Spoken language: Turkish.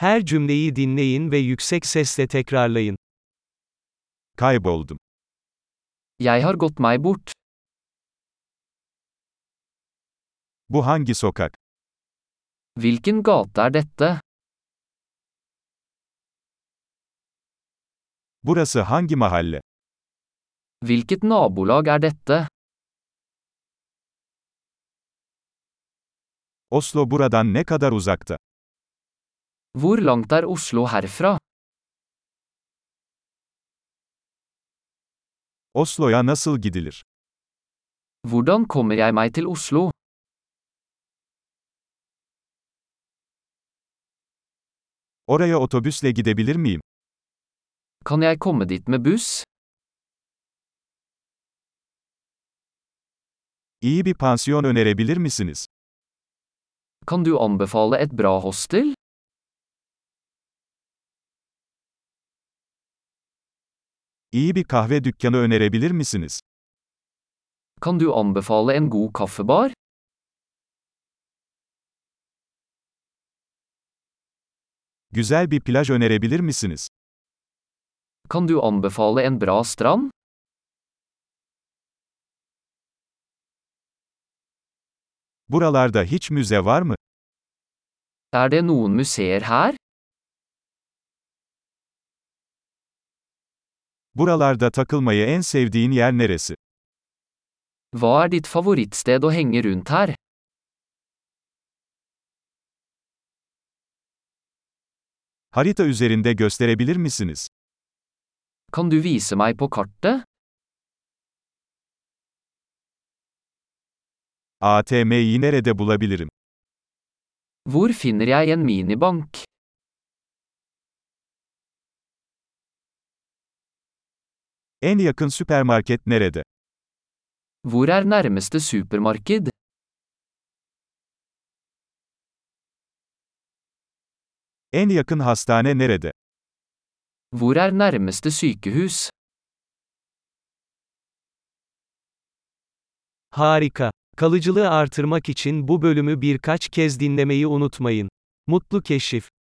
Her cümleyi dinleyin ve yüksek sesle tekrarlayın. Kayboldum. Jeg har gått meg bort. Bu hangi sokak? Hvilken gate er dette? Burası hangi mahalle? Hvilket nabolag er dette? Oslo buradan ne kadar uzakta? Hvor langt er Oslo herfra? Oslo'ya nasıl gidilir? Hvordan kommer jeg meg til Oslo? Oraya otobüsle gidebilir miyim? Kan jeg komme dit med buss? İyi bir pansiyon önerebilir misiniz? Kan du anbefale et bra hostel? İyi bir kahve dükkanı önerebilir misiniz? Kan du anbefale en god kaffebar? Güzel bir plaj önerebilir misiniz? Kan du anbefale en bra strand? Buralarda hiç müze var mı? Er det noen museer her? Buralarda takılmayı en sevdiğin yer neresi? Hva er ditt favorittsted å henge rundt her? Harita üzerinde gösterebilir misiniz? Kan du vise meg på kartet? ATM'yi nerede bulabilirim? Hvor finner jeg en minibank? En yakın süpermarket nerede? Hvor er nærmeste supermarked? En yakın hastane nerede? Hvor er nærmeste sykehus? Harika. Kalıcılığı artırmak için bu bölümü birkaç kez dinlemeyi unutmayın. Mutlu keşif.